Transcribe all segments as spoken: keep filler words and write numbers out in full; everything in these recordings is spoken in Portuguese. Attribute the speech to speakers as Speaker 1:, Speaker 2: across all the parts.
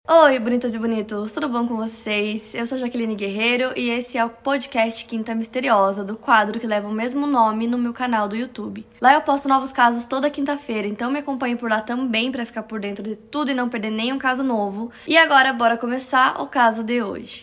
Speaker 1: Oi, bonitas e bonitos, tudo bom com vocês? Eu sou Jaqueline Guerreiro e esse é o podcast Quinta Misteriosa, do quadro que leva o mesmo nome no meu canal do YouTube. Lá eu posto novos casos toda quinta-feira, então me acompanhe por lá também pra ficar por dentro de tudo e não perder nenhum caso novo. E agora, bora começar o caso de hoje.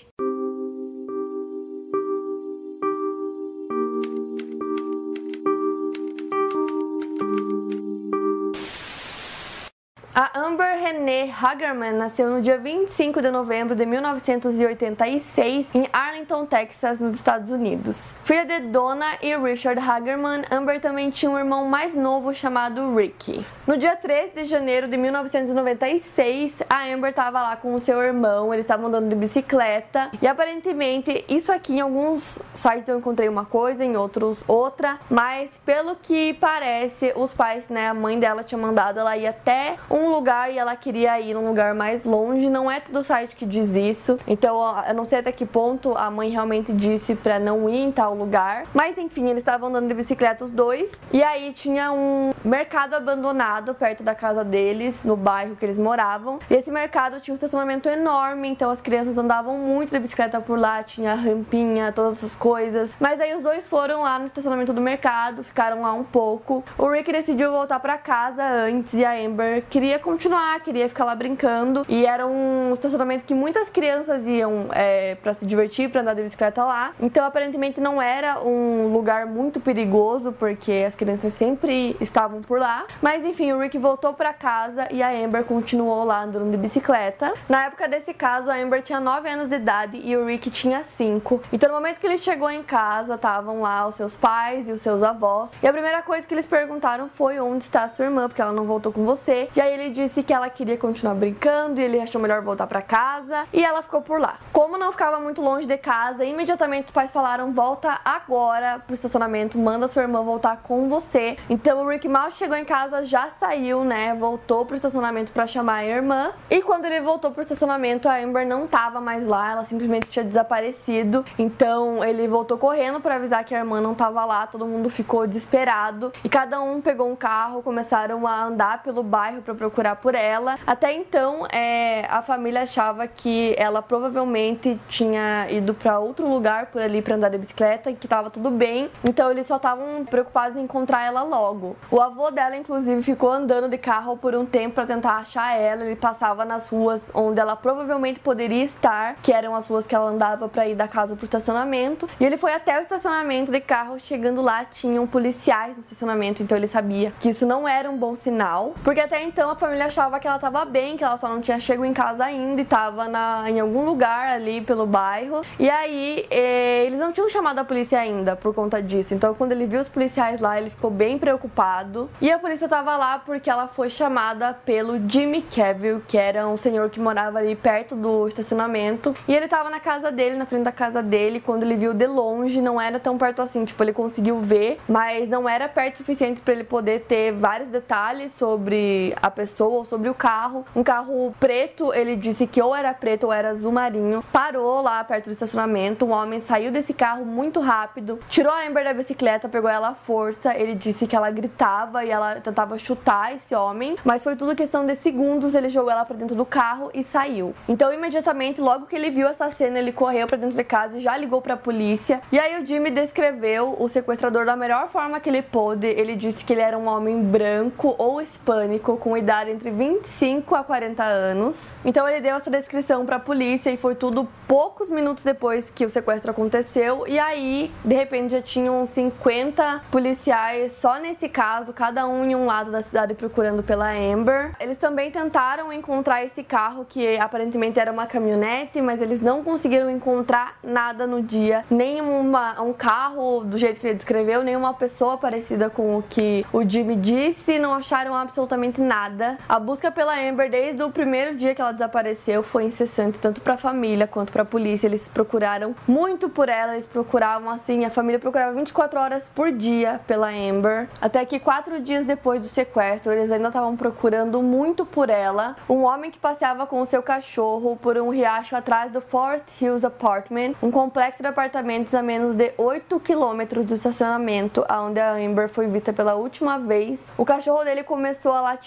Speaker 1: A Amber Renee Hagerman nasceu no dia vinte e cinco de novembro de mil novecentos e oitenta e seis em Arlington, Texas, nos Estados Unidos. Filha de Donna e Richard Hagerman, Amber também tinha um irmão mais novo chamado Ricky. No dia três de janeiro de mil novecentos e noventa e seis, a Amber estava lá com o seu irmão, eles estavam andando de bicicleta e aparentemente, isso aqui em alguns sites eu encontrei uma coisa, em outros outra, mas pelo que parece, os pais, né, a mãe dela tinha mandado ela ir até um lugar e ela queria ir num lugar mais longe. Não é todo site que diz isso, então eu não sei até que ponto a mãe realmente disse pra não ir em tal lugar, mas enfim, eles estavam andando de bicicleta os dois e aí tinha um mercado abandonado perto da casa deles, no bairro que eles moravam, e esse mercado tinha um estacionamento enorme, então as crianças andavam muito de bicicleta por lá, tinha rampinha, todas essas coisas, mas aí os dois foram lá no estacionamento do mercado, ficaram lá um pouco. O Rick decidiu voltar pra casa antes e a Amber queria continuar, queria ficar lá brincando, e era um estacionamento que muitas crianças iam é, para se divertir, para andar de bicicleta lá, então aparentemente não era um lugar muito perigoso, porque as crianças sempre estavam por lá, mas enfim, o Rick voltou para casa e a Amber continuou lá andando de bicicleta. Na época desse caso, a Amber tinha nove anos de idade e o Rick tinha cinco, então no momento que ele chegou em casa, estavam lá os seus pais e os seus avós, e a primeira coisa que eles perguntaram foi: onde está a sua irmã, porque ela não voltou com você? E aí ele disse que ela queria continuar brincando e ele achou melhor voltar pra casa e ela ficou por lá. Como não ficava muito longe de casa, imediatamente os pais falaram: volta agora pro estacionamento, manda sua irmã voltar com você. Então o Rick mal chegou em casa, já saiu, né, voltou pro estacionamento pra chamar a irmã, e quando ele voltou pro estacionamento, a Amber não tava mais lá, ela simplesmente tinha desaparecido. Então ele voltou correndo pra avisar que a irmã não tava lá, todo mundo ficou desesperado e cada um pegou um carro, começaram a andar pelo bairro pra procurar por ela. Até então, é, a família achava que ela provavelmente tinha ido para outro lugar por ali para andar de bicicleta e que tava tudo bem. Então eles só estavam preocupados em encontrar ela logo. O avô dela, inclusive, ficou andando de carro por um tempo para tentar achar ela. Ele passava nas ruas onde ela provavelmente poderia estar, que eram as ruas que ela andava para ir da casa pro estacionamento. E ele foi até o estacionamento de carro. Chegando lá, tinham policiais no estacionamento. Então ele sabia que isso não era um bom sinal, porque até então a família achava que ela tava bem, que ela só não tinha chegado em casa ainda e tava na, em algum lugar ali pelo bairro. E aí eh, eles não tinham chamado a polícia ainda por conta disso. Então quando ele viu os policiais lá, ele ficou bem preocupado. E a polícia tava lá porque ela foi chamada pelo Jimmy Cavill, que era um senhor que morava ali perto do estacionamento. E ele tava na casa dele, na frente da casa dele, quando ele viu de longe. Não era tão perto assim, tipo, ele conseguiu ver, mas não era perto o suficiente para ele poder ter vários detalhes sobre a pessoa ou sobre o carro. Um carro preto, ele disse que ou era preto ou era azul marinho, parou lá perto do estacionamento. Um homem saiu desse carro muito rápido, tirou a Amber da bicicleta, pegou ela à força. Ele disse que ela gritava e ela tentava chutar esse homem, mas foi tudo questão de segundos. Ele jogou ela pra dentro do carro e saiu. Então imediatamente, logo que ele viu essa cena, ele correu pra dentro de casa e já ligou pra polícia. E aí o Jimmy descreveu o sequestrador da melhor forma que ele pôde. Ele disse que ele era um homem branco ou hispânico, com idade entre vinte e cinco a quarenta anos. Então ele deu essa descrição pra polícia e foi tudo poucos minutos depois que o sequestro aconteceu. E aí, de repente, já tinham cinquenta policiais só nesse caso, cada um em um lado da cidade procurando pela Amber. Eles também tentaram encontrar esse carro, que aparentemente era uma caminhonete, mas eles não conseguiram encontrar nada no dia, nem uma, um carro do jeito que ele descreveu, nem uma pessoa parecida com o que o Jimmy disse. Não acharam absolutamente nada. A busca pela Amber desde o primeiro dia que ela desapareceu foi incessante, tanto pra família quanto pra polícia. Eles procuraram muito por ela, eles procuravam assim, a família procurava vinte e quatro horas por dia pela Amber, até que quatro dias depois do sequestro, eles ainda estavam procurando muito por ela. Um homem que passeava com o seu cachorro por um riacho atrás do Forest Hills Apartment, um complexo de apartamentos a menos de oito quilômetros do estacionamento onde a Amber foi vista pela última vez. O cachorro dele começou a latir muito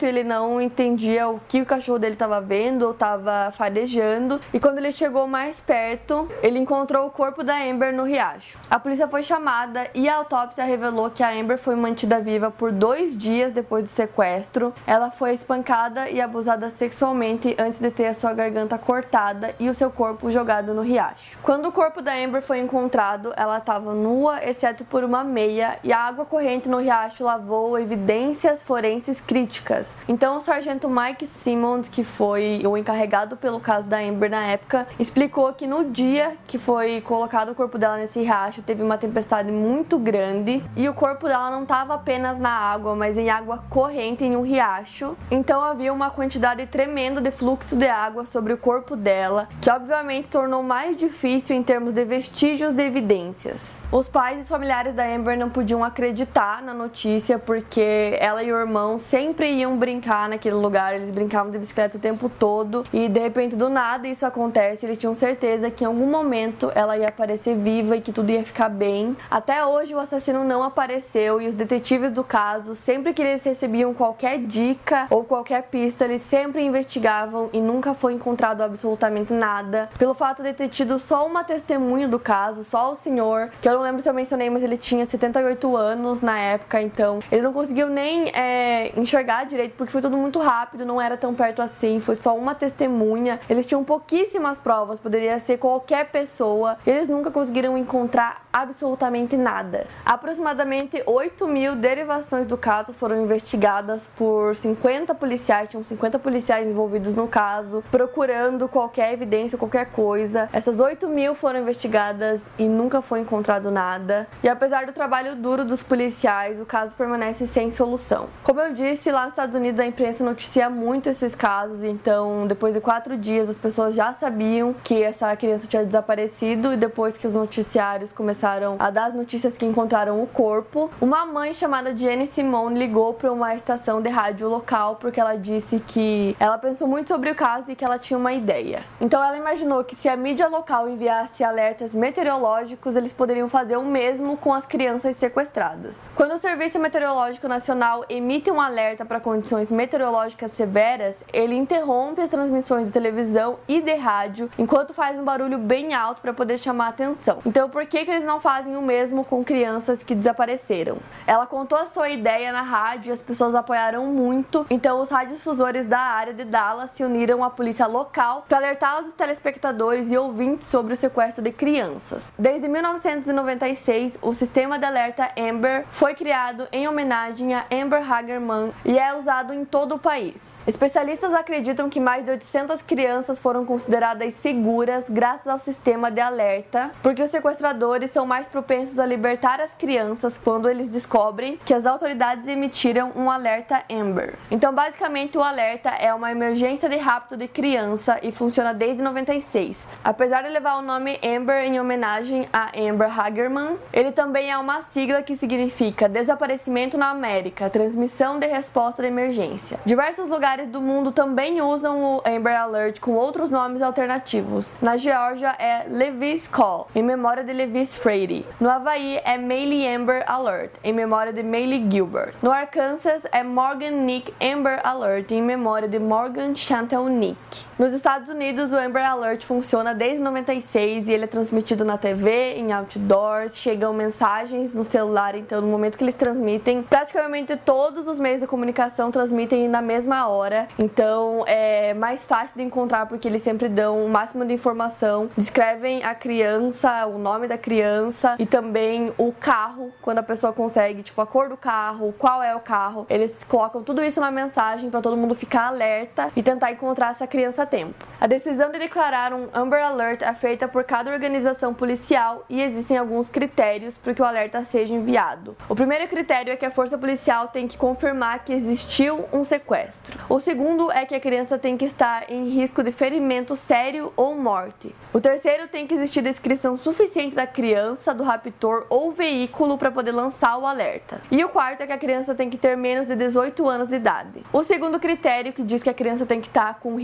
Speaker 1: muito e ele não entendia o que o cachorro dele estava vendo ou estava farejando. E quando ele chegou mais perto, ele encontrou o corpo da Amber no riacho. A polícia foi chamada e a autópsia revelou que a Amber foi mantida viva por dois dias depois do sequestro. Ela foi espancada e abusada sexualmente antes de ter a sua garganta cortada e o seu corpo jogado no riacho. Quando o corpo da Amber foi encontrado, ela estava nua, exceto por uma meia, e a água corrente no riacho lavou evidências forenses críticas. Então o sargento Mike Simmons, que foi o encarregado pelo caso da Amber na época, explicou que no dia que foi colocado o corpo dela nesse riacho, teve uma tempestade muito grande e o corpo dela não estava apenas na água, mas em água corrente em um riacho. Então havia uma quantidade tremenda de fluxo de água sobre o corpo dela, que obviamente tornou mais difícil em termos de vestígios de evidências. Os pais e os familiares da Amber não podiam acreditar na notícia porque ela e o irmão sempre iam brincar naquele lugar, eles brincavam de bicicleta o tempo todo e de repente do nada isso acontece. Eles tinham certeza que em algum momento ela ia aparecer viva e que tudo ia ficar bem. Até hoje o assassino não apareceu e os detetives do caso, sempre que eles recebiam qualquer dica ou qualquer pista, eles sempre investigavam e nunca foi encontrado absolutamente nada. Pelo fato de ter tido só uma testemunha do caso, só o senhor, que eu não lembro se eu mencionei, mas ele tinha setenta e oito anos na época, então ele não conseguiu nem é, enxergar direito porque foi tudo muito rápido, não era tão perto assim, foi só uma testemunha. Eles tinham pouquíssimas provas, poderia ser qualquer pessoa, eles nunca conseguiram encontrar absolutamente nada. Aproximadamente oito mil derivações do caso foram investigadas por cinquenta policiais, tinham cinquenta policiais envolvidos no caso, procurando qualquer evidência, qualquer coisa. Essas oito mil foram investigadas e nunca foi encontrado nada. E apesar do trabalho duro dos policiais, o caso permanece sem solução. Como eu disse, lá nos Estados Unidos a imprensa noticia muito esses casos, então depois de quatro dias as pessoas já sabiam que essa criança tinha desaparecido e depois que os noticiários começaram a dar as notícias que encontraram o corpo, uma mãe chamada Jenny Simone ligou para uma estação de rádio local porque ela disse que ela pensou muito sobre o caso e que ela tinha uma ideia. Então ela imaginou que se a mídia local enviasse alertas meteorológicos, eles poderiam fazer o mesmo com as crianças sequestradas. Quando o Serviço Meteorológico Nacional emite um alerta para condições meteorológicas severas, ele interrompe as transmissões de televisão e de rádio enquanto faz um barulho bem alto para poder chamar a atenção. Então por que que eles não fazem o mesmo com crianças que desapareceram? Ela contou a sua ideia na rádio e as pessoas apoiaram muito, então os radiodifusores da área de Dallas se uniram à polícia local para alertar os telespectadores e ouvintes sobre o sequestro de crianças. Desde mil novecentos e noventa e seis, o sistema de alerta Amber foi criado em homenagem a Amber Hagerman e é usado em todo o país. Especialistas acreditam que mais de oitocentas crianças foram consideradas seguras graças ao sistema de alerta, porque os sequestradores são mais propensos a libertar as crianças quando eles descobrem que as autoridades emitiram um alerta Amber. Então, basicamente, o alerta é uma emergência de rapto de criança e funciona desde noventa e seis. Apesar de levar o nome Amber em homenagem a Amber Hagerman, ele também é uma sigla que significa Desaparecimento na América, transmissão de resposta de emergência. Diversos lugares do mundo também usam o Amber Alert com outros nomes alternativos. Na Geórgia é Levis Call, em memória de Levis Frady. No Havaí é Maylie Amber Alert, em memória de Maylie Gilbert. No Arkansas é Morgan Nick Amber Alert, em memória de Morgan Chantel Nick. Nos Estados Unidos, o Amber Alert funciona desde noventa e seis e ele é transmitido na T V, em outdoors, chegam mensagens no celular, então no momento que eles transmitem, praticamente todos os meios de comunicação transmitem na mesma hora, então é mais fácil de encontrar porque eles sempre dão o máximo de informação, descrevem a criança, o nome da criança e também o carro, quando a pessoa consegue, tipo a cor do carro, qual é o carro, eles colocam tudo isso na mensagem para todo mundo ficar alerta e tentar encontrar essa criança a tempo. A decisão de declarar um Amber Alert é feita por cada organização policial e existem alguns critérios para que o alerta seja enviado. O primeiro critério é que a força policial tem que confirmar que existiu um sequestro. O segundo é que a criança tem que estar em risco de ferimento sério ou morte. O terceiro tem que existir descrição suficiente da criança, do raptor ou veículo para poder lançar o alerta. E o quarto é que a criança tem que ter menos de dezoito anos de idade. O segundo critério, que diz que a criança tem que estar com risco de ferimento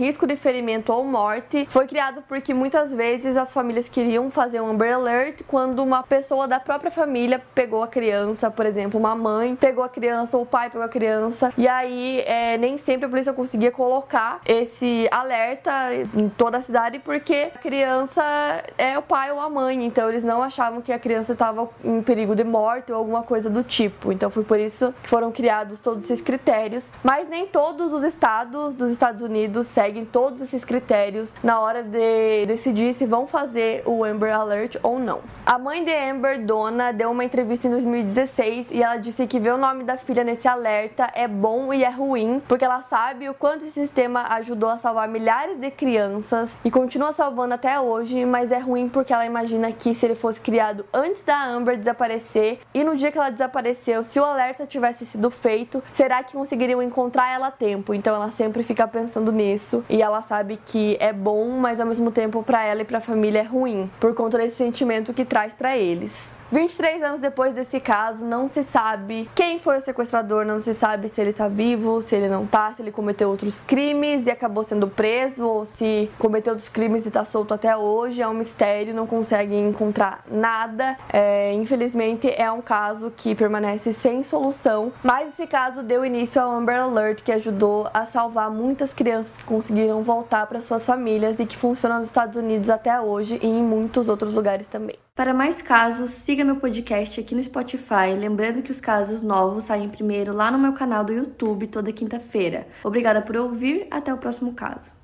Speaker 1: ferimento ou morte. Foi criado porque muitas vezes as famílias queriam fazer um Amber Alert quando uma pessoa da própria família pegou a criança, por exemplo, uma mãe pegou a criança ou o pai pegou a criança, e aí é, nem sempre a polícia conseguia colocar esse alerta em toda a cidade porque a criança é o pai ou a mãe, então eles não achavam que a criança estava em perigo de morte ou alguma coisa do tipo. Então foi por isso que foram criados todos esses critérios, mas nem todos os estados dos Estados Unidos seguem todos esses critérios na hora de decidir se vão fazer o Amber Alert ou não. A mãe de Amber, Donna, deu uma entrevista em dois mil e dezesseis e ela disse que ver o nome da filha nesse alerta é bom e é ruim, porque ela sabe o quanto esse sistema ajudou a salvar milhares de crianças e continua salvando até hoje, mas é ruim porque ela imagina que se ele fosse criado antes da Amber desaparecer e no dia que ela desapareceu, se o alerta tivesse sido feito, será que conseguiriam encontrar ela a tempo? Então ela sempre fica pensando nisso e ela sabe que é bom, mas ao mesmo tempo para ela e para a família é ruim, por conta desse sentimento que traz para eles. vinte e três anos depois desse caso, não se sabe quem foi o sequestrador, não se sabe se ele tá vivo, se ele não tá, se ele cometeu outros crimes e acabou sendo preso, ou se cometeu outros crimes e tá solto até hoje. É um mistério, não conseguem encontrar nada. É, infelizmente, é um caso que permanece sem solução, mas esse caso deu início ao Amber Alert, que ajudou a salvar muitas crianças que conseguiram voltar para suas famílias e que funciona nos Estados Unidos até hoje e em muitos outros lugares também. Para mais casos, siga meu podcast aqui no Spotify, lembrando que os casos novos saem primeiro lá no meu canal do YouTube toda quinta-feira. Obrigada por ouvir, até o próximo caso.